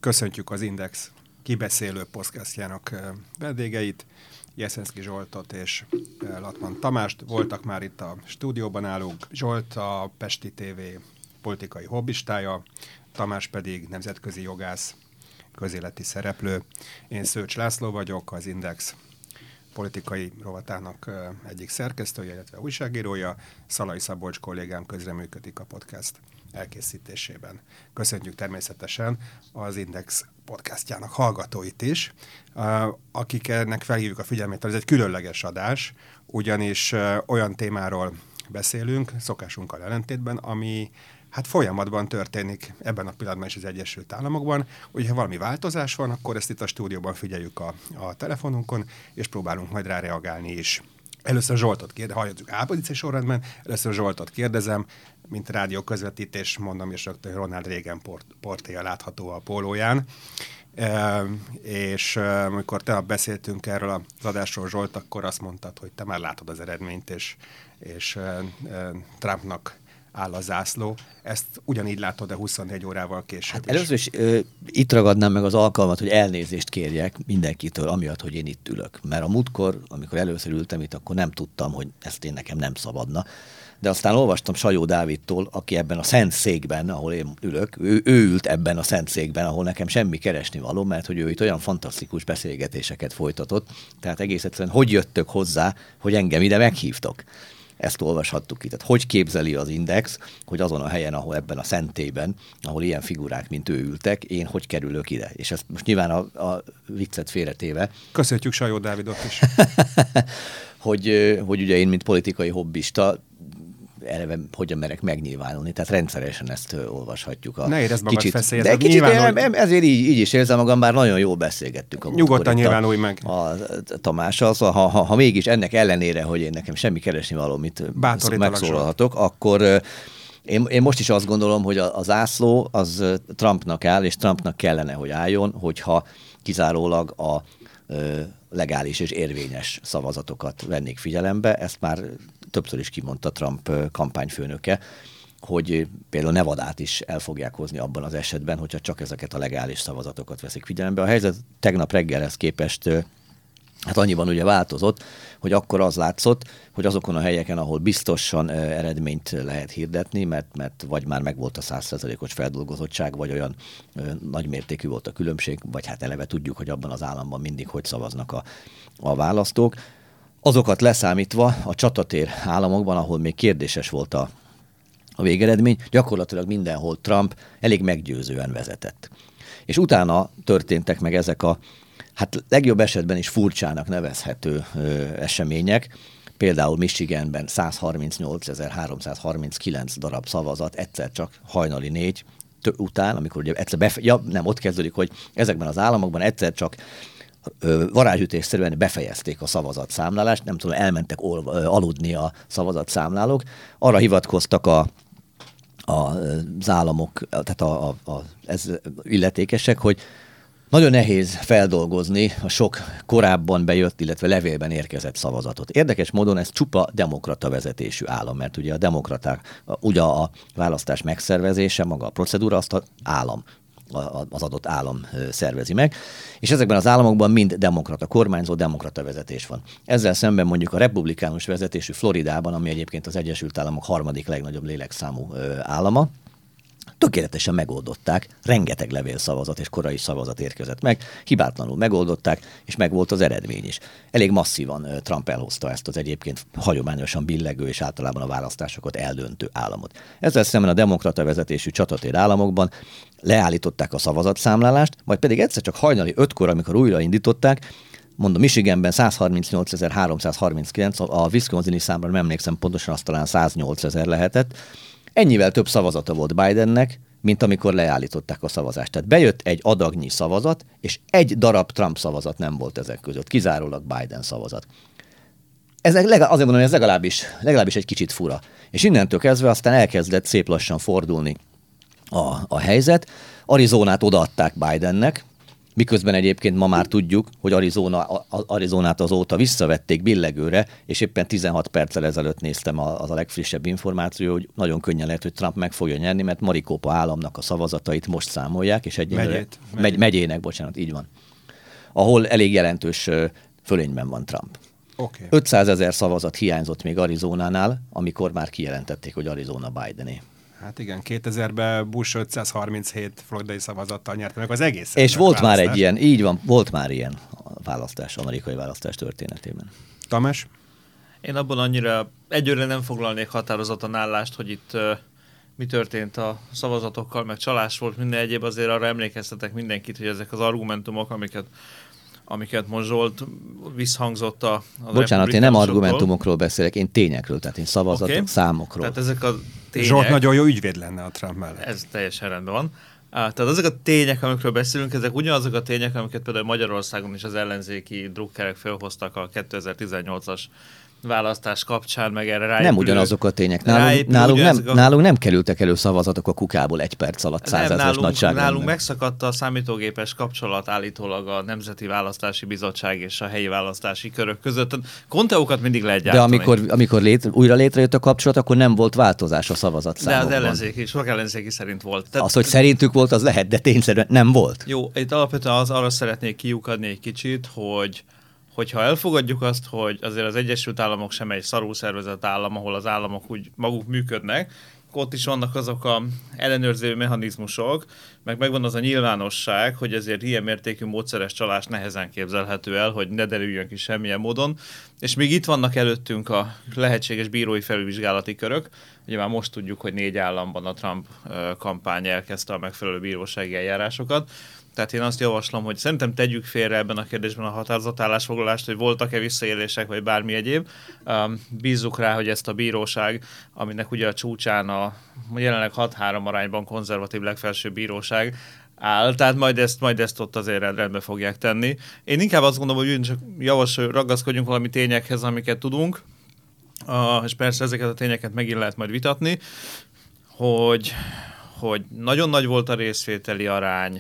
Köszöntjük az Index kibeszélő podcastjának vendégeit, Jeszenszky Zsoltot és Latman Tamást. Voltak már itt a stúdióban állók. Zsolt a Pesti TV politikai hobbistája, Tamás pedig nemzetközi jogász, közéleti szereplő. Én Szőcs László vagyok, az Index politikai rovatának egyik szerkesztője, illetve újságírója. Szalai Szabolcs kollégám közreműködik a podcast elkészítésében. Köszönjük természetesen az Index podcastjának hallgatóit is, akik ennek felhívjuk a figyelmét, ez egy különleges adás, ugyanis olyan témáról beszélünk, szokásunkkal ellentétben, ami hát folyamatban történik ebben a pillanatban is az Egyesült Államokban. Hogyha valami változás van, akkor ezt itt a stúdióban figyeljük a telefonunkon, és próbálunk majd rá reagálni is. Először Zsoltot kérdezem, halljuk ápolíciai sorrendben, először Zsoltot kérdezem, mint rádió közvetítés, mondom, és rögtön Ronald Reagan portréja látható a pólóján. És amikor te beszéltünk erről az adásról, Zsolt, akkor azt mondtad, hogy te már látod az eredményt, és Trumpnak áll a zászló. Ezt ugyanígy látod, de 24 órával később. Hát először is itt ragadnám meg az alkalmat, hogy elnézést kérjek mindenkitől, amiatt, hogy én itt ülök. Mert a múltkor, amikor először ültem itt, akkor nem tudtam, hogy ezt nekem nem szabadna. De aztán olvastam Sajó Dávidtól, aki ebben a szent székben, ahol én ülök, ő ült ebben a szent székben, ahol nekem semmi keresnivaló, mert hogy ő itt olyan fantasztikus beszélgetéseket folytatott. Tehát egész egyszerűen, hogy jöttök hozzá, hogy engem ide meghívtok. Ezt olvashattuk itt. Tehát hogy képzeli az Index, hogy azon a helyen, ahol ebben a szentében, ahol ilyen figurák, mint ő ültek, én hogy kerülök ide. És ezt most nyilván a viccet félretéve. Köszönjük Sajó Dávidot is. hogy ugye én, mint politikai hobbista, eleve hogyan merek megnyilvánulni. Tehát rendszeresen ezt olvashatjuk. Ne érezd magad feszélyezve. De kicsit ezért így is érzem magam, bár nagyon jól beszélgettünk. Nyugodtan nyilvánulj meg. A Tamással, szóval ha mégis ennek ellenére, hogy én nekem semmi keresnivaló, mit megszólalhatok, akkor én most is azt gondolom, hogy a zászló az Trumpnak áll, és Trumpnak kellene, hogy álljon, hogyha kizárólag a legális és érvényes szavazatokat vennék figyelembe. Ezt már többször is kimondta Trump kampányfőnöke, hogy például Nevadát is el fogják hozni abban az esetben, hogyha csak ezeket a legális szavazatokat veszik figyelembe. A helyzet tegnap reggelhez képest hát annyiban ugye változott, hogy akkor az látszott, hogy azokon a helyeken, ahol biztosan eredményt lehet hirdetni, mert vagy már megvolt a 100%-os feldolgozottság, vagy olyan nagymértékű volt a különbség, vagy hát eleve tudjuk, hogy abban az államban mindig hogy szavaznak a választók. Azokat leszámítva a csatatér államokban, ahol még kérdéses volt a végeredmény, gyakorlatilag mindenhol Trump elég meggyőzően vezetett. És utána történtek meg ezek a hát legjobb esetben is furcsának nevezhető események. Például Michiganben 138.339 darab szavazat, egyszer csak hajnali 4 után, amikor ugye egyszer ott kezdődik, hogy ezekben az államokban egyszer csak varázsütésszerűen befejezték a szavazatszámlálást, nem tudom, elmentek aludni a szavazatszámlálók. Arra hivatkoztak az államok, tehát ez illetékesek, hogy nagyon nehéz feldolgozni a sok korábban bejött, illetve levélben érkezett szavazatot. Érdekes módon ez csupa demokrata vezetésű állam, mert ugye a demokraták, ugye a választás megszervezése, maga a procedúra, azt az állam, az adott állam szervezi meg, és ezekben az államokban mind demokrata kormányzó, demokrata vezetés van. Ezzel szemben mondjuk a republikánus vezetésű Floridában, ami egyébként az Egyesült Államok harmadik legnagyobb lélekszámú állama, tökéletesen megoldották, rengeteg levélszavazat és korai szavazat érkezett meg, hibátlanul megoldották, és meg volt az eredmény is. Elég masszívan Trump elhozta ezt az egyébként hagyományosan billegő és általában a választásokat eldöntő államot. Ezzel szemben a demokrata vezetésű csatatér államokban leállították a szavazatszámlálást, majd pedig egyszer csak hajnali 5-kor, amikor újraindították, mondom, Michiganben 138.339, a Wisconsini számra nem emlékszem pontosan, azt talán 108.000 lehetett. Ennyivel több szavazata volt Bidennek, mint amikor leállították a szavazást. Tehát bejött egy adagnyi szavazat, és egy darab Trump szavazat nem volt ezek között, kizárólag Biden szavazat. Azért mondom, hogy ez legalábbis egy kicsit fura. És innentől kezdve aztán elkezdett szép lassan fordulni a helyzet. Arizonát odaadták Bidennek, Miközben egyébként ma már tudjuk, hogy Arizonát azóta visszavették billegőre, és éppen 16 perccel ezelőtt néztem az a legfrissebb információ, hogy nagyon könnyen lehet, hogy Trump meg fogja nyerni, mert Maricopa államnak a szavazatait most számolják, és megyének, bocsánat, így van. Ahol elég jelentős fölényben van Trump. Okay. 500 000 szavazat hiányzott még Arizonánál, amikor már kijelentették, hogy Arizona Bidené. Hát igen, 2000-ben Bush 537 floridai szavazattal nyerte meg az egész. És volt már egy ilyen, így van, volt már ilyen választás, amerikai választás történetében. Tamás? Én abban annyira egyőre nem foglalnék határozottan állást, hogy itt mi történt a szavazatokkal, meg csalás volt, minden egyéb, azért arra emlékeztetek mindenkit, hogy ezek az argumentumok, amiket most Zsolt visszhangzott a Bocsánat, én nem argumentumokról beszélek, én tényekről, tehát én szavazatok, okay. Számokról. Tehát ezek a tények... Zsolt nagyon jó ügyvéd lenne a Trump mellett. Ez teljesen rendben van. Tehát ezek a tények, amikről beszélünk, ezek ugyanazok a tények, amiket például Magyarországon is az ellenzéki drukkerek felhoztak a 2018-as választás kapcsán, meg erre ráépülő... Nem ugyanazok a tények. Nálunk nem kerültek elő szavazatok a kukából 1 perc alatt 100 000-es nagyságrendben. Nálunk megszakadt a számítógépes kapcsolat állítólag a Nemzeti Választási Bizottság és a helyi választási körök között. Konteókat mindig lehet gyártani. De amikor újra létrejött a kapcsolat, akkor nem volt változás a szavazatszámokban. De az ellenzéki, sok ellenzéki szerint volt. Tehát... Az, hogy szerintük volt, az lehet, de tényszerűen nem volt. Jó, itt alapvetően arra szeretnék kiukadni egy kicsit, hogyha elfogadjuk azt, hogy azért az Egyesült Államok sem egy szarul szervezett állam, ahol az államok úgy maguk működnek, ott is vannak azok a ellenőrző mechanizmusok, megvan az a nyilvánosság, hogy ezért ilyen mértékű módszeres csalás nehezen képzelhető el, hogy ne derüljön ki semmilyen módon, és még itt vannak előttünk a lehetséges bírói felülvizsgálati körök. Ugye már most tudjuk, hogy 4 államban a Trump kampány elkezdte a megfelelő bírósági eljárásokat. Tehát én azt javaslom, hogy szerintem tegyük félre ebben a kérdésben a határozott állásfoglalást, hogy voltak-e visszaélések, vagy bármi egyéb. Bízzuk rá, hogy ezt a bíróság, aminek ugye a csúcsán a jelenleg 6-3 arányban konzervatív legfelsőbb bíróság áll, tehát majd ezt ott azért rendbe fogják tenni. Én inkább azt gondolom, hogy csak ragaszkodjunk valami tényekhez, amiket tudunk, és persze ezeket a tényeket megint lehet majd vitatni, hogy nagyon nagy volt a részvételi arány,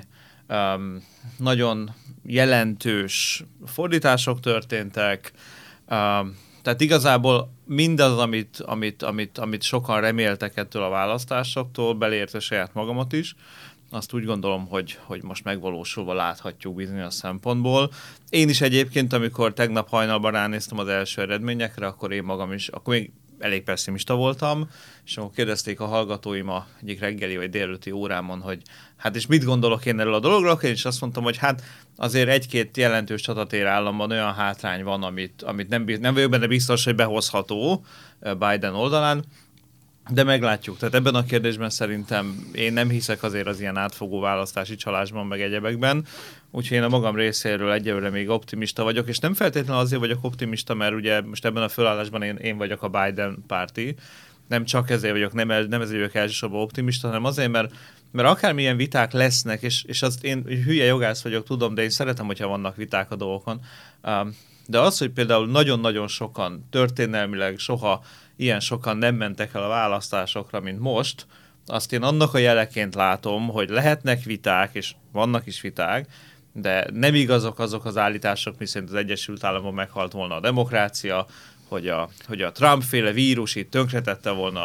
nagyon jelentős fordítások történtek, tehát igazából mindaz, amit sokan reméltek ettől a választásoktól, beleértve saját magamat is, azt úgy gondolom, hogy most megvalósulva láthatjuk bizonyos szempontból. Én is egyébként, amikor tegnap hajnalban ránéztem az első eredményekre, akkor én magam is, akkor még elég pessimista voltam, és akkor kérdezték a hallgatóim egyik reggeli vagy délelőtti órámon, hogy hát és mit gondolok én erről a dologról, én is azt mondtam, hogy hát azért 1-2 jelentős csatatér államban olyan hátrány van, amit nem vagyok benne biztos, hogy behozható Biden oldalán, de meglátjuk. Tehát ebben a kérdésben szerintem én nem hiszek azért az ilyen átfogó választási csalásban, meg egyebekben, úgyhogy én a magam részéről egyelőre még optimista vagyok, és nem feltétlenül azért vagyok optimista, mert ugye most ebben a fölállásban én vagyok a Biden párti, nem csak ezért vagyok, nem ezért vagyok elsősorban optimista, hanem azért, mert akármilyen viták lesznek, és azt én hülye jogász vagyok, tudom, de én szeretem, hogyha vannak viták a dolgokon, de az, hogy például nagyon-nagyon sokan történelmileg soha ilyen sokan nem mentek el a választásokra, mint most, azt én annak a jeleként látom, hogy lehetnek viták, és vannak is viták, de nem igazok azok az állítások, miszerint az Egyesült Államokban meghalt volna a demokrácia, hogy a Trump-féle vírus itt tönkretette volna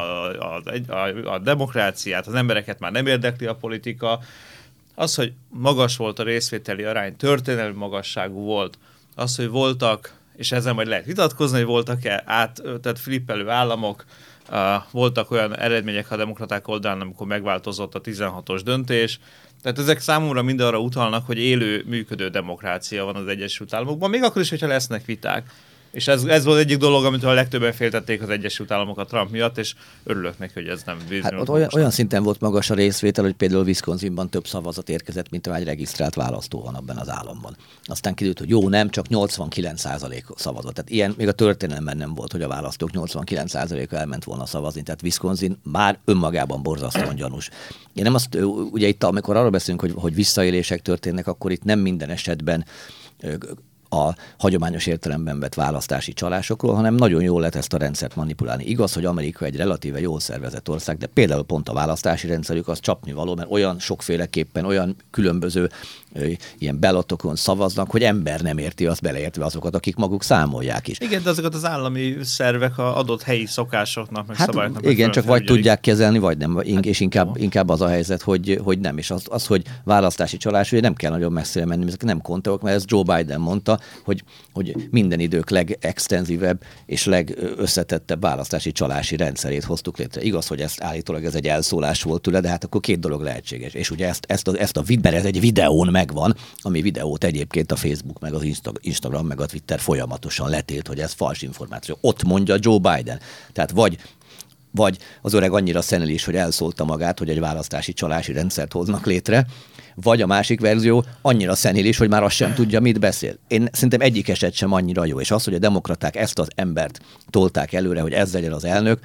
a demokráciát, az embereket már nem érdekli a politika. Az, hogy magas volt a részvételi arány, történelmi magasságú volt, az, hogy voltak, és ezzel majd lehet vitatkozni, hogy voltak-e tehát flippelő államok, voltak olyan eredmények a demokraták oldalán, amikor megváltozott a 16-os döntés. Tehát ezek számomra mind arra utalnak, hogy élő, működő demokrácia van az Egyesült Államokban, még akkor is, hogyha lesznek viták. És ez volt egyik dolog, amit a legtöbben féltették az Egyesült Államokat Trump miatt, és örülök neki, hogy ez nem bizonyos. Hát olyan szinten volt magas a részvétel, hogy például Wisconsinban több szavazat érkezett, mint egy regisztrált választó van abban az államban. Aztán kiderült, hogy jó, nem, csak 89% szavazott. Tehát ilyen még a történelemben nem volt, hogy a választók 89%-a elment volna szavazni. Tehát Wisconsin már önmagában borzasztóan gyanús. Én nem azt, ugye itt, amikor arról beszélünk, hogy visszaélések történnek, akkor itt nem minden esetben a hagyományos értelemben vett választási csalásokról, hanem nagyon jól lehet ezt a rendszert manipulálni. Igaz, hogy Amerika egy relatíve jól szervezett ország, de például pont a választási rendszerük az csapnivaló, mert olyan sokféleképpen, olyan különböző ilyen ballotokon szavaznak, hogy ember nem érti azt, beleértve azokat, akik maguk számolják is. Igen, de azokat az állami szervek a adott helyi szokásoknak, meg szabályoknak. Igen, csak vagy tudják kezelni, vagy nem, és inkább az a helyzet, hogy nem. És az, hogy választási csalás, ugye nem kell nagyon messzire menni, ezek nem konteok, mert ezt Joe Biden mondta, hogy minden idők legextenzívebb és legösszetettebb választási csalási rendszerét hoztuk létre. Igaz, hogy állítólag ez egy elszólás volt tőle, de hát akkor két dolog lehetséges. És ugye mert ez egy videón megvan, ami videót egyébként a Facebook, meg az Instagram, meg a Twitter folyamatosan letilt, hogy ez fals információ. Ott mondja Joe Biden. Tehát vagy az öreg annyira szenelis, hogy elszólta magát, hogy egy választási csalási rendszert hoznak létre, vagy a másik verzió annyira szenélis, hogy már azt sem tudja, mit beszél. Én szerintem egyik eset sem annyira jó, és az, hogy a demokraták ezt az embert tolták előre, hogy ez legyen az elnök,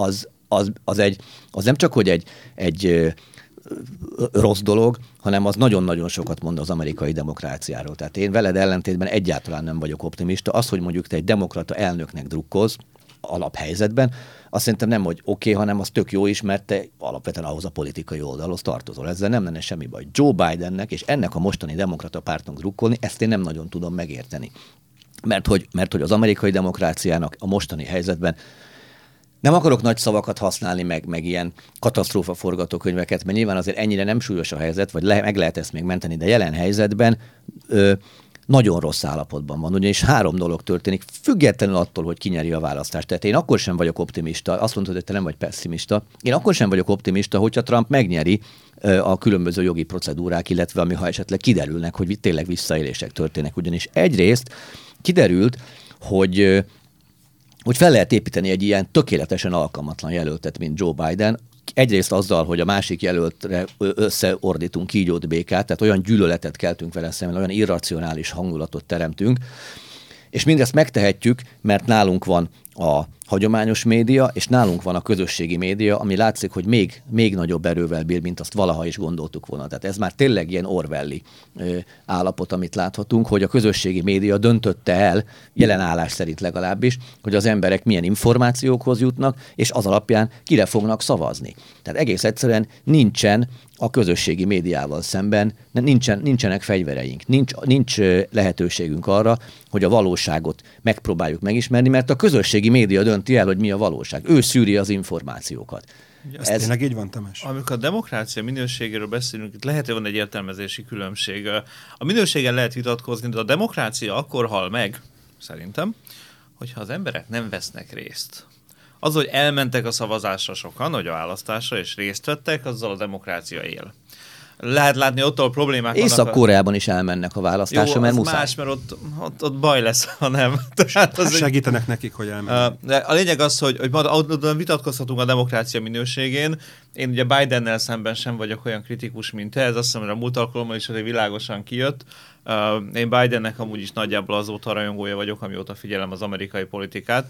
az nem csak, hogy egy rossz dolog, hanem az nagyon-nagyon sokat mond az amerikai demokráciáról. Tehát én veled ellentétben egyáltalán nem vagyok optimista. Az, hogy mondjuk te egy demokrata elnöknek drukkolsz alaphelyzetben, azt szerintem nem, hogy oké, hanem az tök jó is, mert te alapvetően ahhoz a politikai oldalhoz tartozol. Ezzel nem lenne semmi baj. Joe Bidennek és ennek a mostani demokrata pártnak drukkolni, ezt én nem nagyon tudom megérteni. Mert hogy az amerikai demokráciának a mostani helyzetben nem akarok nagy szavakat használni, meg ilyen katasztrófa forgatókönyveket, mert nyilván azért ennyire nem súlyos a helyzet, vagy meg lehet ezt még menteni, de jelen helyzetben nagyon rossz állapotban van, ugyanis 3 dolog történik, függetlenül attól, hogy ki nyeri a választást. Tehát én akkor sem vagyok optimista, azt mondtad, hogy te nem vagy pessimista, én akkor sem vagyok optimista, hogyha Trump megnyeri a különböző jogi procedúrák, illetve ami ha esetleg kiderülnek, hogy tényleg visszaélések történnek. Ugyanis egyrészt kiderült, hogy fel lehet építeni egy ilyen tökéletesen alkalmatlan jelöltet, mint Joe Biden, egyrészt azzal, hogy a másik jelöltre összeordítunk kígyót békát, tehát olyan gyűlöletet keltünk vele szemben, olyan irracionális hangulatot teremtünk, és mindezt megtehetjük, mert nálunk van a hagyományos média, és nálunk van a közösségi média, ami látszik, hogy még nagyobb erővel bír, mint azt valaha is gondoltuk volna. Tehát ez már tényleg ilyen orwelli állapot, amit láthatunk, hogy a közösségi média döntötte el, jelen állás szerint legalábbis, hogy az emberek milyen információkhoz jutnak, és az alapján kire fognak szavazni. Tehát egész egyszerűen nincsen a közösségi médiával szemben, nincsenek fegyvereink, nincs lehetőségünk arra, hogy a valóságot megpróbáljuk megismerni, mert a közösségi média dönti el, hogy mi a valóság. Ő szűri az információkat. Ez tényleg így van, Tamás? Amikor a demokrácia minőségéről beszélünk, itt lehet, hogy van egy értelmezési különbség. A minőségen lehet vitatkozni, de a demokrácia akkor hal meg, szerintem, hogyha az emberek nem vesznek részt. Az, hogy elmentek a szavazásra sokan, hogy a választásra, és részt vettek, azzal a demokrácia él. Lehet látni, ott a problémák vannak. Észak-Koreában is elmennek a választásra, mert muszáj. Más, mert ott baj lesz, ha nem. Segítenek nekik, hogy elmennek. De a lényeg az, hogy vitatkozhatunk a demokrácia minőségén. Én ugye Bidennel szemben sem vagyok olyan kritikus, mint te. Ez azt hiszem, hogy a múlt alkalommal is világosan kijött. Én Bidennek amúgy is nagyjából azóta rajongója vagyok, amióta figyelem az amerikai politikát.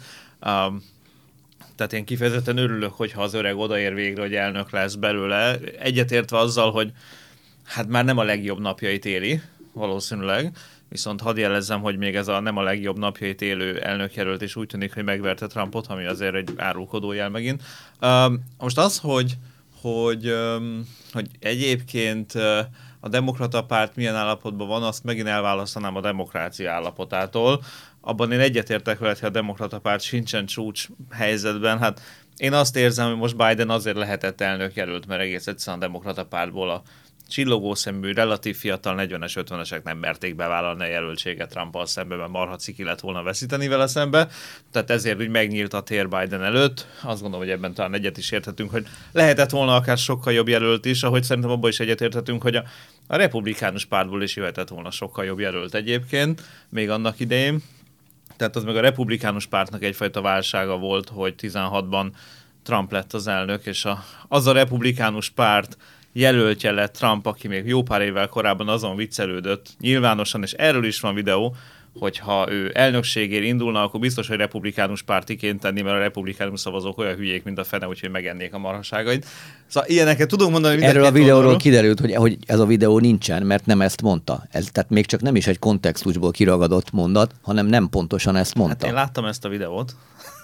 Tehát én kifejezetten örülök, hogyha az öreg odaér végre, hogy elnök lesz belőle. Egyetértve azzal, hogy hát már nem a legjobb napjait éli, valószínűleg, viszont hadd jelezzem, hogy még ez a nem a legjobb napjait élő elnökjelölt, és úgy tűnik, hogy megverte Trumpot, ami azért egy árulkodó jel megint. Most az, hogy egyébként a demokrata párt milyen állapotban van, azt megint elválasztanám a demokrácia állapotától. Abban én egyetértek veled, hogy a demokrata párt sincsen csúcs helyzetben. Hát én azt érzem, hogy most Biden azért lehetett elnökjelölt, mert egész egyszerűen a demokrata pártból a csillogó szemű, relatív fiatal 40-es, 50-esek nem merték bevállalni a jelöltséget Trumpal szemben, mert marha ciki lett volna veszíteni vele szembe. Tehát ezért úgy megnyílt a tér Biden előtt. Azt gondolom, hogy ebben talán egyet is érthetünk, hogy lehetett volna akár sokkal jobb jelölt is, ahogy szerintem abban is egyetérthetünk, hogy a republikánus pártból is jöhetett volna sokkal jobb jelölt egyébként, még annak idején. Tehát az meg a republikánus pártnak egyfajta válsága volt, hogy 16-ban Trump lett az elnök, és az a republikánus párt jelöltje lett Trump, aki még jó pár évvel korábban azon viccelődött nyilvánosan, és erről is van videó, hogyha ő elnökségért indulna, akkor biztos, hogy republikánus pártiként tenni, mert a republikánus szavazók olyan hülyék, mint a fene, úgyhogy megennék a marhaságait. Szóval ilyeneket tudunk mondani. Erről a videóról kiderült, hogy ez a videó nincsen, mert nem ezt mondta. Tehát még csak nem is egy kontextusból kiragadott mondat, hanem nem pontosan ezt mondta. Hát én láttam ezt a videót.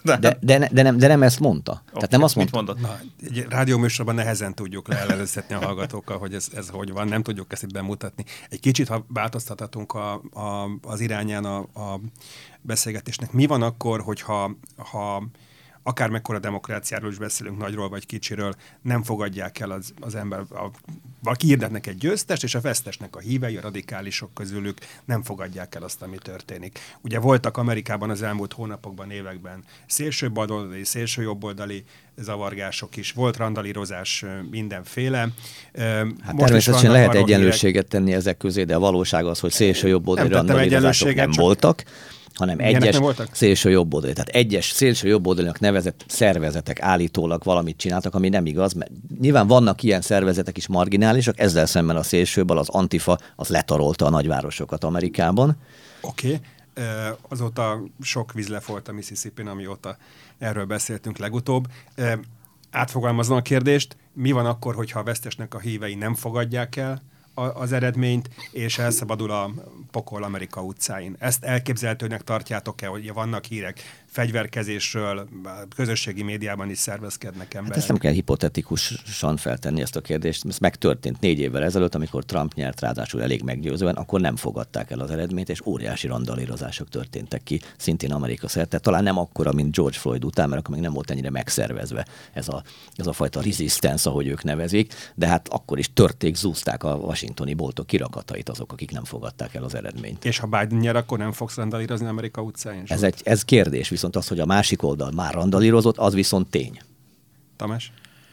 De nem ezt mondta. Okay. Tehát nem azt mondta. Na, egy rádióműsorban nehezen tudjuk leellenőriztetni a hallgatókkal, hogy ez hogy van, nem tudjuk ezt itt bemutatni. Egy kicsit, ha változtathatunk az irányán a beszélgetésnek. Mi van akkor, hogyha akár mekkora demokráciáról is beszélünk, nagyról vagy kicsiről, nem fogadják el az ember, valaki hirdetnek egy győztest, és a vesztesnek a hívei, a radikálisok közülük nem fogadják el azt, ami történik. Ugye voltak Amerikában az elmúlt hónapokban, években szélső baloldali, szélső jobboldali zavargások is, volt randalírozás mindenféle. Hát természetesen lehet egyenlőséget tenni ezek közé, de a valóság az, hogy szélső jobboldali randalírozások nem voltak, hanem egyes szélső jobboldali. Tehát egyes szélső jobboldalinak nevezett szervezetek állítólag valamit csináltak, ami nem igaz, mert nyilván vannak ilyen szervezetek is marginálisak, ezzel szemben a szélsőbal, az Antifa, az letarolta a nagyvárosokat Amerikában. Oké. Azóta sok víz lefolyt a Mississippi-n, amióta erről beszéltünk legutóbb. Átfogalmazom a kérdést, mi van akkor, hogyha a vesztesnek a hívei nem fogadják el az eredményt, és elszabadul a pokol Amerika utcáin? Ezt elképzelhetőnek tartjátok-e, hogy vannak hírek fegyverkezésről, közösségi médiában is szervezkednek emberek? Hát ezt nem kell hipotetikusan feltenni ezt a kérdést. Ez megtörtént 4 évvel ezelőtt, amikor Trump nyert, ráadásul elég meggyőzően, akkor nem fogadták el az eredményt, és óriási randalírozások történtek ki, szintén Amerika szerte. Talán nem akkora, mint George Floyd után, mert akkor még nem volt ennyire megszervezve ez a fajta resistance, ahogy ők nevezik, de hát akkor is törték, zúzták a washingtoni boltok kirakatait azok, akik nem fogadták el az eredményt. És ha Biden nyer, akkor nem fogsz randalírozni Amerika utcáin? Ez kérdés, viszont az, hogy a másik oldal már randalírozott, az viszont tény. Tamás?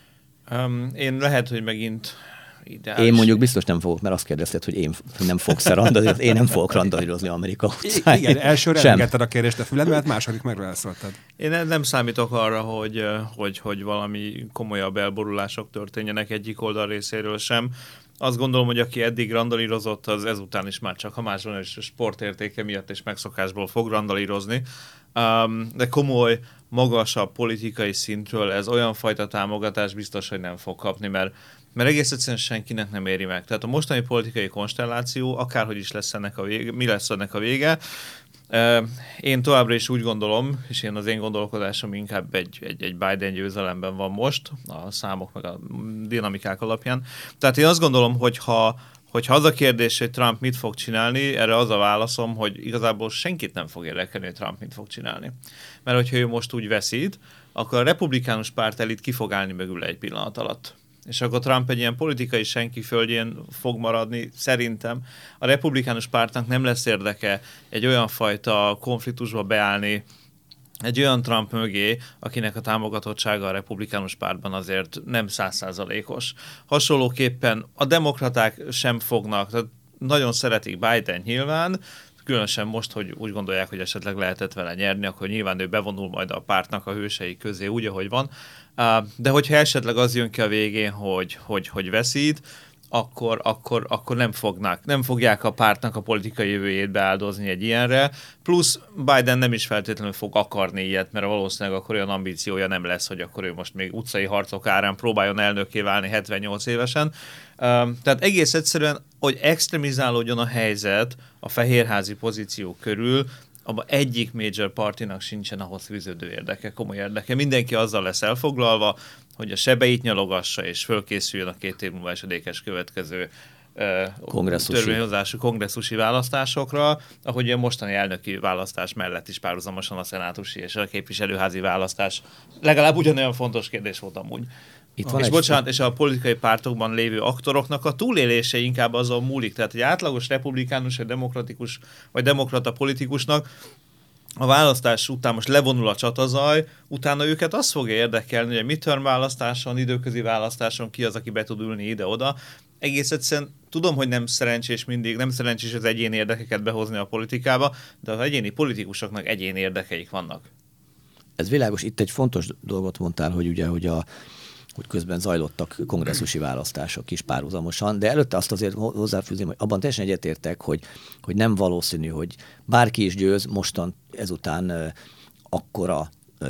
Én lehet, hogy megint ideális. Én mondjuk biztos nem fogok, mert azt kérdezted, hogy én nem fogsz randalírozni. Én nem fogok randalírozni Amerika utcáin. Igen, elsőre elengedted a kérdést a füledbe, mert második megválaszoltad. Én nem számítok arra, hogy valami komolyabb elborulások történjenek egyik oldal részéről sem. Azt gondolom, hogy aki eddig randalírozott, az ezután is már csak ha máson is sportértéke miatt és megszokásból fog randalírozni. De komoly, magasabb politikai szintről ez olyan fajta támogatás biztos, hogy nem fog kapni, mert egész egyszerűen senkinek nem éri meg. Tehát a mostani politikai konstelláció, akárhogy is lesz ennek a vége, mi lesz ennek a vége, én továbbra is úgy gondolom, és az én gondolkodásom inkább egy Biden győzelemben van most, a számok meg a dinamikák alapján. Tehát én azt gondolom, hogyha az a kérdés, hogy Trump mit fog csinálni, erre az a válaszom, hogy igazából senkit nem fog érdekelni, hogy Trump mit fog csinálni. Mert hogyha ő most úgy veszít, akkor a republikánus párt elit ki fog állni mögül egy pillanat alatt. És akkor Trump egy ilyen politikai senki földjén fog maradni, szerintem. A republikánus pártnak nem lesz érdeke egy olyan fajta konfliktusba beállni, egy olyan Trump mögé, akinek a támogatottsága a republikánus pártban azért nem 100%-os. Hasonlóképpen a demokraták sem fognak, tehát nagyon szeretik Biden nyilván, különösen most, hogy úgy gondolják, hogy esetleg lehetett vele nyerni, akkor nyilván ő bevonul majd a pártnak a hősei közé, úgy, ahogy van. De hogyha esetleg az jön ki a végén, hogy veszít, akkor nem fogják a pártnak a politikai jövőjét beáldozni egy ilyenre. Plusz Biden nem is feltétlenül fog akarni ilyet, mert valószínűleg akkor olyan ambíciója nem lesz, hogy akkor ő most még utcai harcok árán próbáljon elnökké válni 78 évesen. Tehát egész egyszerűen, hogy extremizálódjon a helyzet a fehérházi pozíció körül, abban egyik major partinak sincsen ahhoz fűződő érdeke, komoly érdeke. Mindenki azzal lesz elfoglalva, hogy a sebeit nyalogassa, és fölkészüljön a 2 év múlva esedékes következő törvényhozású kongresszusi választásokra, ahogy a mostani elnöki választás mellett is párhuzamosan a szenátusi és a képviselőházi választás legalább ugyanolyan fontos kérdés volt amúgy. És a politikai pártokban lévő aktoroknak a túlélése inkább azon múlik. Tehát egy átlagos republikánus, egy demokratikus vagy demokrata politikusnak a választás után most levonul a csatazaj, utána őket az fogja érdekelni, hogy a midterm választáson, időközi választáson ki az, aki be tud ülni ide-oda. Egész egyszerűen tudom, hogy nem szerencsés az egyéni érdekeket behozni a politikába, de az egyéni politikusoknak egyéni érdekeik vannak. Ez világos. Itt egy fontos dolgot mondtál, hogy ugye, hogy hogy közben zajlottak kongresszusi választások is párhuzamosan, de előtte azt azért hozzáfűzném, hogy abban teljesen egyetértek, hogy nem valószínű, hogy bárki is győz, mostan ezután akkora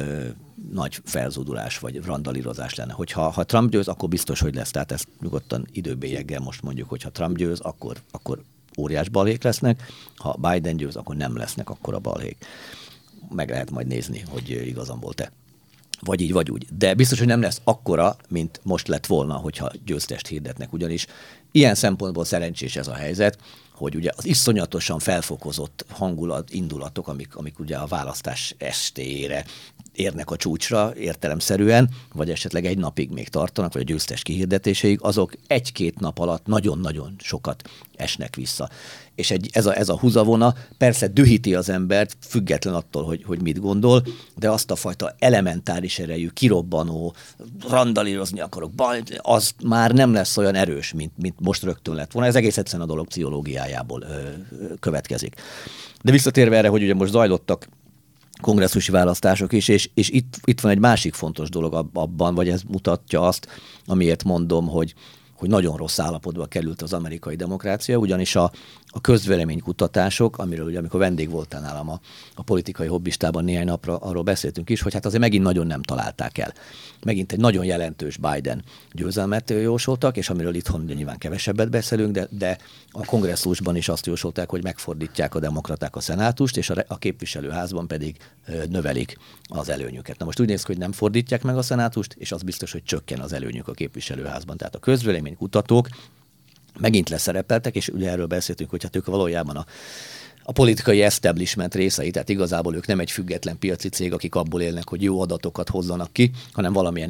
nagy felzódulás vagy randalírozás lenne. Ha Trump győz, akkor biztos, hogy lesz. Tehát ezt nyugodtan időbélyeggel most mondjuk, hogy ha Trump győz, akkor óriás balhék lesznek, ha Biden győz, akkor nem lesznek akkora balhék. Meg lehet majd nézni, hogy igazam volt-e. Vagy így, vagy úgy. De biztos, hogy nem lesz akkora, mint most lett volna, hogyha győztest hirdetnek. Ugyanis ilyen szempontból szerencsés ez a helyzet, hogy ugye az iszonyatosan felfokozott hangulat, indulatok, amik ugye a választás estére érnek a csúcsra értelemszerűen, vagy esetleg egy napig még tartanak, vagy a győztes kihirdetéséig, azok 1-2 nap alatt nagyon-nagyon sokat esnek vissza. És ez a húzavona persze dühíti az embert, független attól, hogy mit gondol, de azt a fajta elementáris erejű, kirobbanó, randalírozni akarok, az már nem lesz olyan erős, mint most rögtön lett volna. Ez egész egyszerűen a dolog pszichológiájából következik. De visszatérve erre, hogy ugye most zajlottak kongresszusi választások is, és itt van egy másik fontos dolog abban, vagy ez mutatja azt, amiért mondom, hogy nagyon rossz állapotba került az amerikai demokrácia, ugyanis a közvéleménykutatások, amiről ugye amikor vendég voltál nálam a politikai hobbistában néhány napra, arról beszéltünk is, hogy hát azért megint nagyon nem találták el. Megint egy nagyon jelentős Biden győzelmet jósoltak, és amiről itthon ugye nyilván kevesebbet beszélünk, de a kongresszusban is azt jósolták, hogy megfordítják a demokraták a szenátust, és a képviselőházban pedig növelik az előnyüket. Na most úgy néz ki, hogy nem fordítják meg a szenátust, és az biztos, hogy csökken az előnyük a képviselőházban. Tehát a közvéleménykutatók megint leszerepeltek, és ugye erről beszéltünk, hogy hát ők valójában a politikai establishment részei, tehát igazából ők nem egy független piaci cég, akik abból élnek, hogy jó adatokat hozzanak ki, hanem valamilyen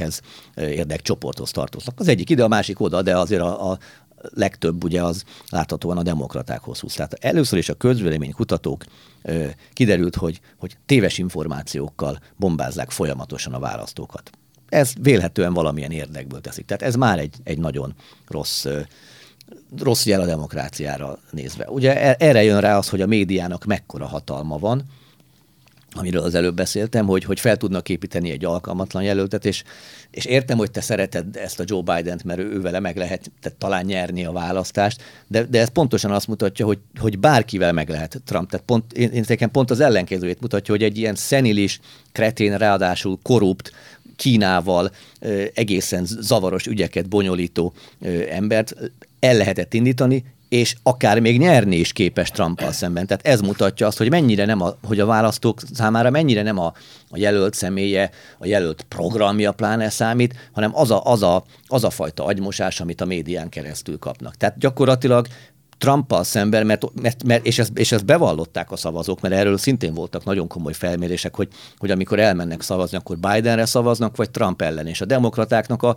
érdekcsoporthoz tartoznak. Az egyik ide, a másik oda, de azért a legtöbb ugye az láthatóan a demokratákhoz húz. Tehát először is a közvéleménykutatók kiderült, hogy téves információkkal bombázzák folyamatosan a választókat. Ez vélhetően valamilyen érdekből teszik. Tehát ez már egy nagyon rossz jel a demokráciára nézve. Ugye erre jön rá az, hogy a médiának mekkora hatalma van, amiről az előbb beszéltem, hogy fel tudnak építeni egy alkalmatlan jelöltet, és értem, hogy te szereted ezt a Joe Bident, mert ő vele meg lehet talán nyerni a választást, de ez pontosan azt mutatja, hogy bárkivel meg lehet Trump. Tehát én pont az ellenkezőjét mutatja, hogy egy ilyen szenilis, kretén, ráadásul korrupt, Kínával egészen zavaros ügyeket bonyolító embert el lehetett indítani, és akár még nyerni is képes Trumpal szemben. Tehát ez mutatja azt, hogy mennyire hogy a választók számára mennyire nem a jelölt személye, a jelölt programja pláne számít, hanem az a fajta agymosás, amit a médián keresztül kapnak. Tehát gyakorlatilag Trumpal szemben, mert és ezt bevallották a szavazók, mert erről szintén voltak nagyon komoly felmérések, hogy amikor elmennek szavazni, akkor Bidenre szavaznak, vagy Trump ellen. És a demokratáknak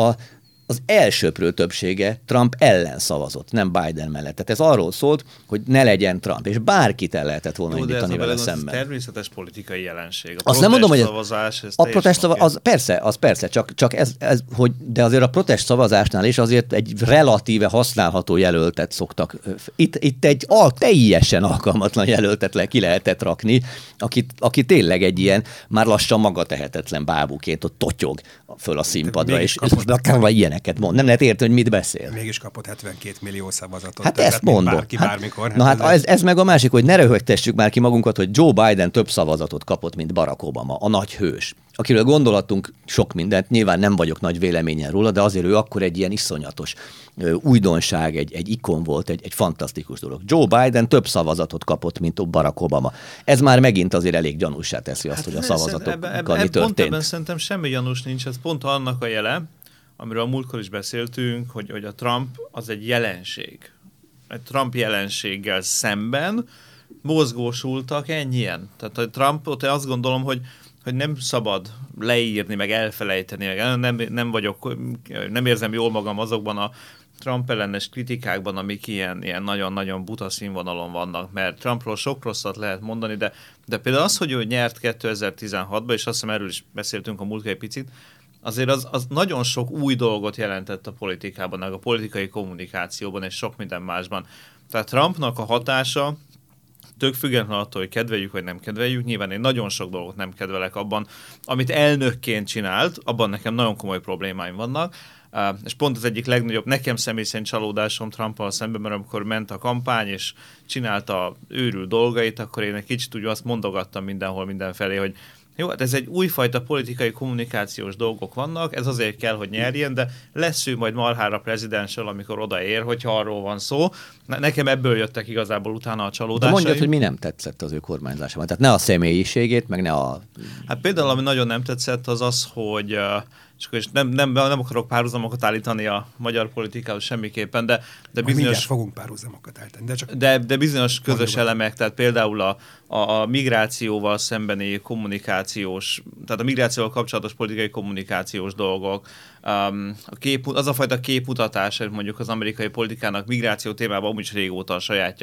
az elsőprő többsége Trump ellen szavazott, nem Biden mellett. Tehát ez arról szólt, hogy ne legyen Trump, és bárkit el lehetett volna indítani vele szemben. Ez természetes politikai jelenség. Azt nem mondom, hogy a protest szavazás, persze, csak ez, de azért a protest szavazásnál is azért egy relatíve használható jelöltet szoktak. Itt egy teljesen alkalmatlan jelöltet ki lehetett rakni, aki tényleg egy ilyen már lassan magatehetetlen bábuként ott totyog föl a színpadra, és akár ilyeneket mond. Nem lehet érteni, hogy mit beszél. Mégis kapott 72 millió szavazatot. Hát ezt mondom. Bárki bármikor. Ez meg a másik, hogy ne röhögtessük már ki magunkat, hogy Joe Biden több szavazatot kapott, mint Barack Obama, a nagy hős, akiről gondolatunk sok mindent, nyilván nem vagyok nagy véleményen róla, de azért ő akkor egy ilyen iszonyatos újdonság, egy ikon volt, egy fantasztikus dolog. Joe Biden több szavazatot kapott, mint Barack Obama. Ez már megint azért elég gyanússá teszi azt, hogy a szavazatokkal mi történt. Pont ebben szerintem semmi gyanús nincs, ez pont annak a jele, amiről a múltkor is beszéltünk, hogy a Trump az egy jelenség. Egy Trump jelenséggel szemben mozgósultak ennyien. Tehát a Trumpot azt gondolom, hogy nem szabad leírni, meg elfelejteni, meg nem érzem jól magam azokban a Trump ellenes kritikákban, amik ilyen nagyon-nagyon buta színvonalon vannak, mert Trumpról sok rosszat lehet mondani, de például az, hogy ő nyert 2016-ban, és azt hiszem erről is beszéltünk a múltkor egy picit, azért az nagyon sok új dolgot jelentett a politikában, a politikai kommunikációban és sok minden másban. Tehát Trumpnak a hatása tök függetlenül attól, hogy kedveljük vagy nem kedveljük, nyilván én nagyon sok dolgot nem kedvelek abban, amit elnökként csinált, abban nekem nagyon komoly problémáim vannak, és pont az egyik legnagyobb nekem személy szerint csalódásom Trumpal szemben, mert amikor ment a kampány, és csinálta őrült dolgait, akkor én egy kicsit úgy azt mondogattam mindenhol, mindenfelé, hogy jó, hát ez egy újfajta politikai kommunikációs dolgok vannak, ez azért kell, hogy nyerjen, de lesz ő majd marhára prezidenssel, amikor odaér, hogyha arról van szó. Nekem ebből jöttek igazából utána a csalódásaim. De mondjad, hogy mi nem tetszett az ő kormányzásában. Tehát ne a személyiségét, meg ne a... Hát például, ami nagyon nem tetszett, az az, hogy és nem akarok párhuzamokat állítani a magyar politikához semmiképpen, de bizonyos... Mindjárt fogunk párhuzamokat állítani, de csak... De bizonyos közös elemek, tehát például a migrációval szembeni kommunikációs, tehát a migrációval kapcsolatos politikai kommunikációs dolgok, az a fajta képmutatás, mondjuk az amerikai politikának migráció témában amúgy is régóta a sajátja,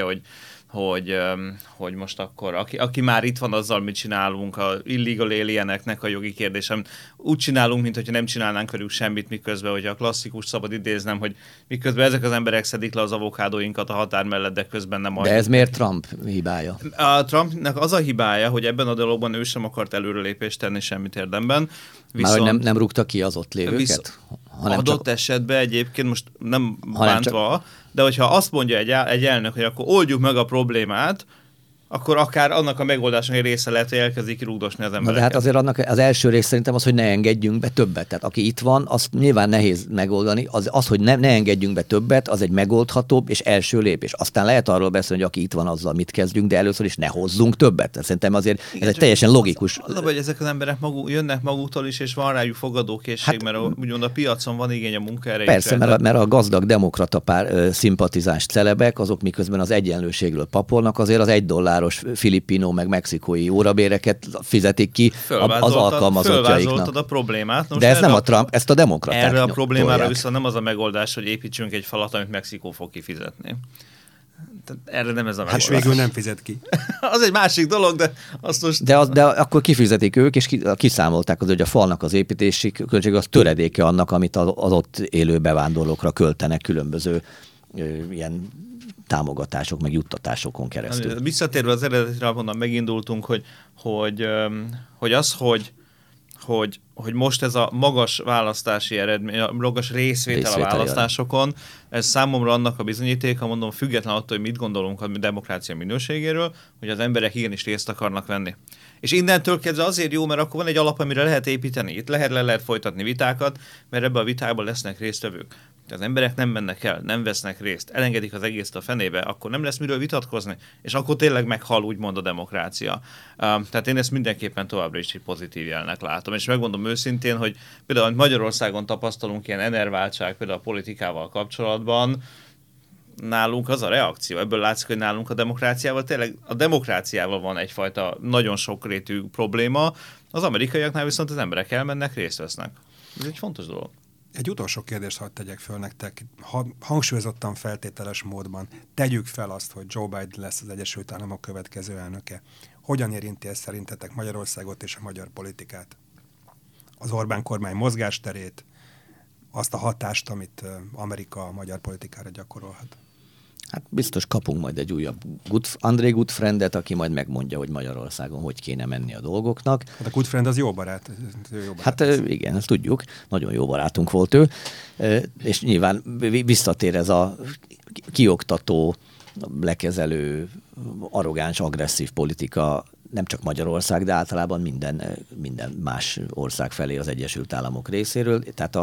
hogy most akkor, aki már itt van, azzal mit csinálunk, a illegal alieneknek a jogi kérdésem, úgy csinálunk, mint hogyha nem csinálnánk velük semmit, miközben, hogyha a klasszikus szabad idéznem, hogy miközben ezek az emberek szedik le az avokádóinkat a határ mellett, de közben nem. De ez miért Trump hibája? A Trumpnak az a hibája, hogy ebben a dologban ő sem akart előrelépést tenni semmit érdemben. Viszont, már nem rúgta ki az ott lévőket? Adott esetben egyébként most nem bántva, de hogyha azt mondja egy elnök, hogy akkor oldjuk meg a problémát, akkor akár annak a megoldásnak egy része lehet, hogy elkezdik kirúgdosni az embereket. De hát azért annak az első rész szerintem az, hogy ne engedjünk be többet. Tehát aki itt van, azt nyilván nehéz megoldani. Az hogy ne engedjünk be többet, az egy megoldhatóbb és első lépés. Aztán lehet arról beszélni, hogy aki itt van, azzal mit kezdjünk, de először is ne hozzunk többet. Tehát szerintem azért ez egy teljesen logikus. Az, hogy ezek az emberek jönnek maguktól is, és van rájuk fogadókészség, mert úgymond a piacon van igény a munkaerejükre. Persze, mert a gazdag demokrata szimpatizáns celebek, azok miközben az egyenlőségről papolnak, azért az $1 filipino meg mexikói órabéreket fizetik ki az alkalmazottjaiknak. Fölvázoltad a problémát. De ez nem a Trump, ezt a demokraták erre a problémára tolják. Viszont nem az a megoldás, hogy építsünk egy falat, amit Mexikó fog kifizetni. Tehát erre nem ez a megoldás. És végül nem fizet ki. Az egy másik dolog, de azt most... De akkor kifizetik ők, és kiszámolták hogy a falnak az építési költség az töredéke annak, amit az ott élő bevándorlókra költenek különböző ilyen támogatások, meg juttatásokon keresztül. Visszatérve az eredetire, ahonnan megindultunk, hogy most ez a magas választási eredmény, a magas részvétel a választásokon, ez számomra annak a bizonyítéka, mondom, független attól, hogy mit gondolunk a demokrácia minőségéről, hogy az emberek igenis részt akarnak venni. És innentől kezdve azért jó, mert akkor van egy alap, amire lehet építeni. Itt lehet folytatni vitákat, mert ebben a vitában lesznek résztvevők. Az emberek nem mennek el, nem vesznek részt, elengedik az egészet a fenébe, akkor nem lesz miről vitatkozni, és akkor tényleg meghal úgymond a demokrácia. Tehát én ezt mindenképpen továbbra is pozitív jelnek látom, és megmondom őszintén, hogy például Magyarországon tapasztalunk ilyen enerváltság például a politikával kapcsolatban, nálunk az a reakció, ebből látszik, hogy nálunk a demokráciával van egyfajta nagyon sokrétű probléma, az amerikaiaknál viszont az emberek elmennek, részt vesznek. Ez egy fontos dolog. Egy utolsó kérdést hadd tegyek föl nektek. Hangsúlyozottan feltételes módban tegyük fel azt, hogy Joe Biden lesz az Egyesült Államok következő elnöke. Hogyan érinti ez szerintetek Magyarországot és a magyar politikát? Az Orbán kormány mozgásterét, azt a hatást, amit Amerika a magyar politikára gyakorolhat? Hát biztos kapunk majd egy újabb André Goodfriendet, aki majd megmondja, hogy Magyarországon hogy kéne menni a dolgoknak. Hát a Goodfriend az jó barát. Hát igen, ezt tudjuk. Nagyon jó barátunk volt ő. És nyilván visszatér ez a kioktató, lekezelő, arrogáns, agresszív politika, nem csak Magyarország, de általában minden más ország felé az Egyesült Államok részéről. Tehát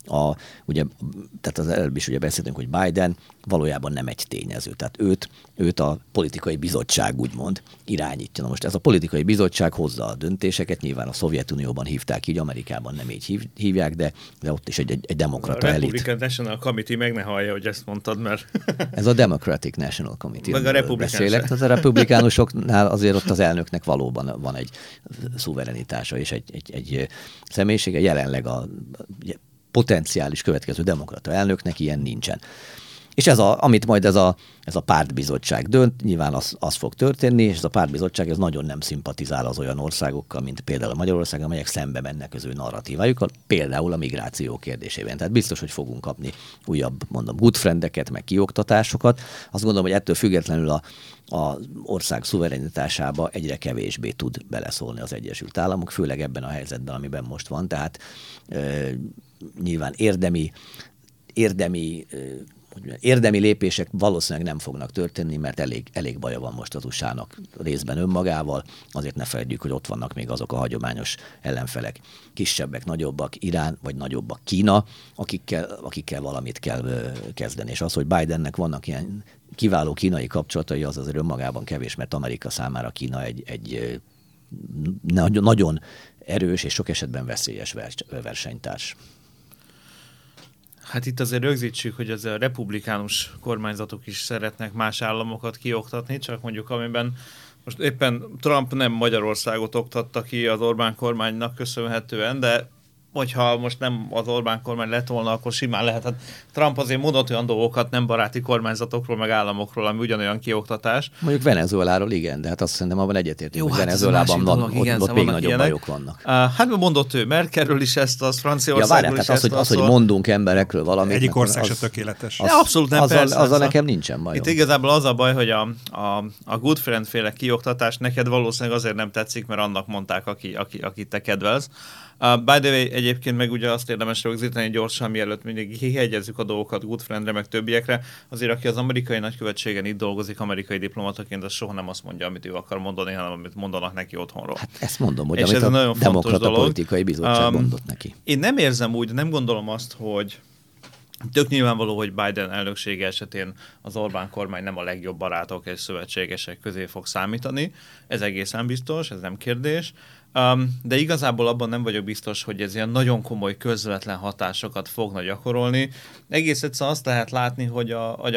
tehát az előbb is ugye beszéltünk, hogy Biden valójában nem egy tényező. Tehát őt a politikai bizottság úgymond irányítja. Na most ez a politikai bizottság hozza a döntéseket, nyilván a Szovjetunióban hívták így, Amerikában nem így hívják, de ott is egy demokrata elit. A Republican National Committee meg ne hallja, hogy ezt mondtad, mert... Ez a Democratic National Committee. Meg a beszélek. Tehát a republikánusoknál azért ott az elnöknek valóban van egy szuverenitása és egy személyisége. Jelenleg a potenciális következő demokrata elnöknek ilyen nincsen. És amit majd ez a pártbizottság dönt, nyilván az fog történni, és ez a pártbizottság ez nagyon nem szimpatizál az olyan országokkal, mint például a Magyarország, amelyek szembe mennek az ő narratívájukkal, például a migráció kérdésében. Tehát biztos, hogy fogunk kapni újabb, good friendeket, meg kioktatásokat. Azt gondolom, hogy ettől függetlenül az ország szuverenitásába egyre kevésbé tud beleszólni az Egyesült Államok, főleg ebben a helyzetben, amiben most van. Tehát nyilván érdemi lépések valószínűleg nem fognak történni, mert elég baja van most az USA-nak részben önmagával. Azért ne feledjük, hogy ott vannak még azok a hagyományos ellenfelek, kisebbek, nagyobbak, Irán, vagy nagyobbak, Kína, akikkel valamit kell kezdeni. És az, hogy Bidennek vannak ilyen kiváló kínai kapcsolatai, az azért önmagában kevés, mert Amerika számára Kína egy nagyon erős és sok esetben veszélyes versenytárs. Hát itt azért rögzítsük, hogy az a republikánus kormányzatok is szeretnek más államokat kioktatni, csak mondjuk amiben most éppen Trump nem Magyarországot oktatta ki az Orbán kormánynak köszönhetően, de hogyha most nem az Orbán kormány lett volna, akkor simán lehet. Hát Trump azért mondott olyan dolgokat nem baráti kormányzatokról, meg államokról, ami ugyanolyan kioktatás. Mondjuk Venezueláról igen, de hát azt szerintem abban egyetértünk, hogy hát Venezuelában ott még nagyobb ilyenek. Bajok vannak. Hát mondott ő Merkelről is ezt, az Franciaországról is ezt. Az, hogy mondunk emberekről valamit. Egyik ország se tökéletes. Abszolút nem, persze. Azzal nekem nincsen bajom. Itt igazából az a baj, hogy a Good Friend féle kioktatás neked valószínűleg azért nem tetszik, mert annak mondták, akit te kedvelsz. By the way, egyébként meg ugye azt érdemes rögzíteni gyorsan, mielőtt mindig kihegyezzük a dolgokat Good Friendre, meg többiekre. Azért, aki az amerikai nagykövetségen itt dolgozik amerikai diplomataként, az soha nem azt mondja, amit ő akar mondani, hanem amit mondanak neki otthonról. Hát ezt mondom, hogy amit a Demokrata Politikai Bizottság mondott neki. Én nem érzem úgy, nem gondolom azt, hogy tök nyilvánvaló, hogy Biden elnöksége esetén az Orbán kormány nem a legjobb barátok és szövetségesek közé fog számítani. Ez egészen biztos, ez nem kérdés. De igazából abban nem vagyok biztos, hogy ez ilyen nagyon komoly közvetlen hatásokat fogna gyakorolni. Egész egyszerűen azt lehet látni, hogy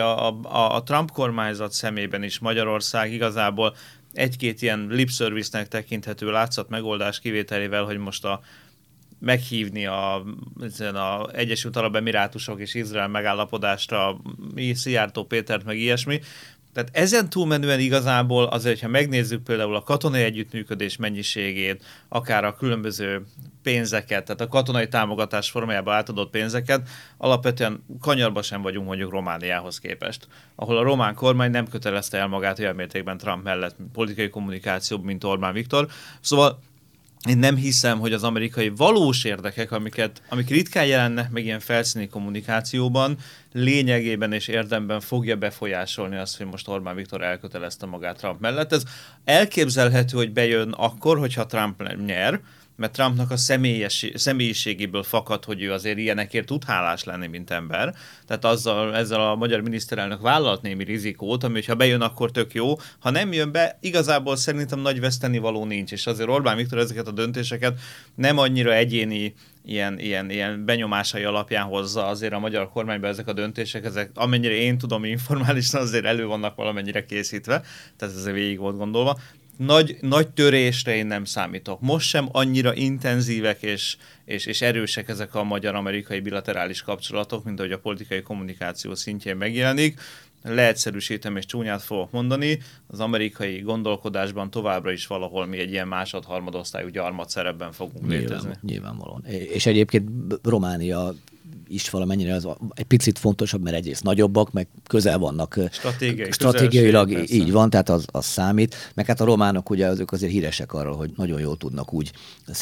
a Trump kormányzat szemében is Magyarország igazából egy-két ilyen lip service-nek tekinthető látszat megoldás kivételével, hogy most meghívni a Egyesült Arab Emirátusok és Izrael megállapodásra Szijjártó Pétert, meg ilyesmi. Tehát ezen túlmenően igazából azért, ha megnézzük például a katonai együttműködés mennyiségét, akár a különböző pénzeket, tehát a katonai támogatás formájában átadott pénzeket, alapvetően kanyarba sem vagyunk mondjuk Romániához képest, ahol a román kormány nem kötelezte el magát olyan mértékben Trump mellett politikai kommunikációban, mint Orbán Viktor. Szóval én nem hiszem, hogy az amerikai valós érdekek, amik ritkán jelennek meg ilyen felszíni kommunikációban, lényegében és érdemben fogja befolyásolni azt, hogy most Orbán Viktor elkötelezte magát Trump mellett. Ez elképzelhető, hogy bejön akkor, hogyha Trump nyer, mert Trumpnak a személyiségéből fakad, hogy ő azért ilyenekért tud hálás lenni, mint ember. Tehát ezzel a magyar miniszterelnök vállalt némi rizikót, ami, hogyha bejön, akkor tök jó. Ha nem jön be, igazából szerintem nagy vesztenivaló nincs, és azért Orbán Viktor ezeket a döntéseket nem annyira egyéni ilyen benyomásai alapján hozza azért a magyar kormányban ezek a döntések, ezek amennyire én tudom informálisan azért elő vannak valamennyire készítve, tehát ez végig volt gondolva. Nagy törésre én nem számítok. Most sem annyira intenzívek és erősek ezek a magyar-amerikai bilaterális kapcsolatok, mint ahogy a politikai kommunikáció szintjén megjelenik. Leegyszerűsítem és csúnyát fogok mondani, az amerikai gondolkodásban továbbra is valahol mi egy ilyen másod-harmadosztályú gyarmat szerepben fogunk létezni. Nyilvánvalóan. És egyébként Románia is valamennyire az egy picit fontosabb, mert egyrészt nagyobbak, meg közel vannak. Stratégiailag így van, tehát az számít. Meg hát a románok ugye azok azért híresek arról, hogy nagyon jól tudnak úgy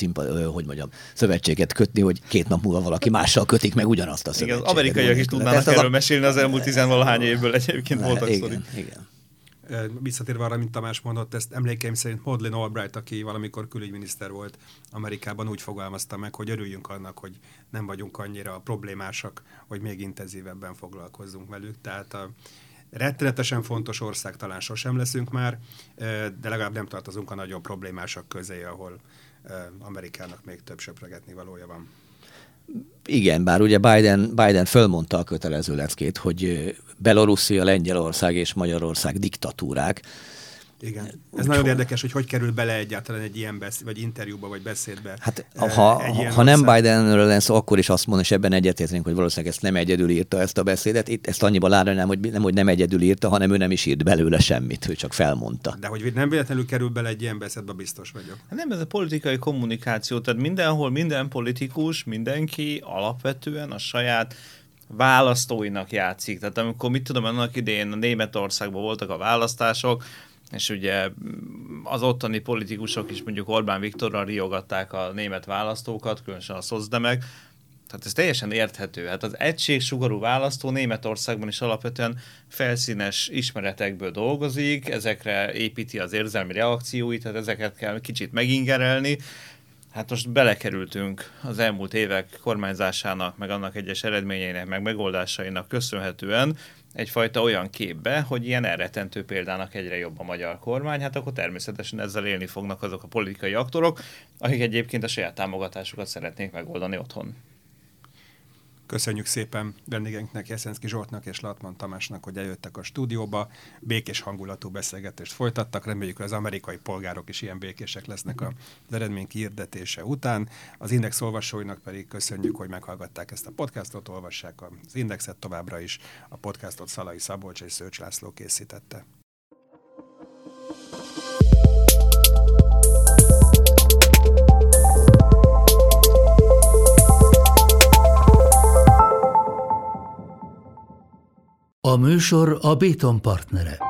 szövetséget kötni, hogy 2 nap múlva valaki mással kötik meg ugyanazt a szövetséget. Igen, az amerikaiak is tudnának erről mesélni az elmúlt 10-valahány évből egyébként voltak sztori. Igen. Visszatérve arra, mint Tamás mondott, ezt emlékeim szerint Madeleine Albright, aki valamikor külügyminiszter volt Amerikában, úgy fogalmazta meg, hogy örüljünk annak, hogy nem vagyunk annyira problémásak, hogy még intenzívebben foglalkozzunk velük. Tehát a rettenetesen fontos ország talán sosem leszünk már, de legalább nem tartozunk a nagyon problémásak közé, ahol Amerikának még több söpregetni valója van. Igen, bár ugye Biden fölmondta a kötelező leckét, hogy Belorusszia, Lengyelország és Magyarország diktatúrák, Igen. Ez nagyon érdekes, hogy kerül bele egyáltalán egy ilyen vagy interjúba, vagy beszédbe. Hát ha nem Bidenről lesz szó, akkor is azt mondom, és ebben egyetértünk, hogy valószínűleg ezt nem egyedül írta ezt a beszédet. Itt ezt annyiban lárnám, hogy nem egyedül írta, hanem ő nem is írt belőle semmit, ő csak felmondta. De hogy nem véletlenül kerül bele egy ilyen beszédbe, biztos vagyok. Nem, ez a politikai kommunikáció, tehát mindenhol minden politikus, mindenki alapvetően a saját választóinak játszik. Tehát amikor, mit tudom, annak idején a Németországban voltak a választások, és ugye az ottani politikusok is mondjuk Orbán Viktorral riogatták a német választókat, különösen a szocdemek. Tehát ez teljesen érthető. Hát az egységsugarú választó Németországban is alapvetően felszínes ismeretekből dolgozik, ezekre építi az érzelmi reakcióit, tehát ezeket kell kicsit megingerelni. Hát most belekerültünk az elmúlt évek kormányzásának, meg annak egyes eredményeinek, meg megoldásainak köszönhetően egyfajta olyan képbe, hogy ilyen elrettentő példának egyre jobb a magyar kormány, hát akkor természetesen ezzel élni fognak azok a politikai aktorok, akik egyébként a saját támogatásukat szeretnék megoldani otthon. Köszönjük szépen vendégeinknek, Jeszenszky Zsoltnak és Latman Tamásnak, hogy eljöttek a stúdióba, békés hangulatú beszélgetést folytattak, reméljük, hogy az amerikai polgárok is ilyen békések lesznek az eredmény kihirdetése után. Az Index olvasóinak pedig köszönjük, hogy meghallgatták ezt a podcastot, olvassák az Indexet továbbra is, a podcastot Szalai Szabolcs és Szőcs László készítette. A műsor a Béton partnere.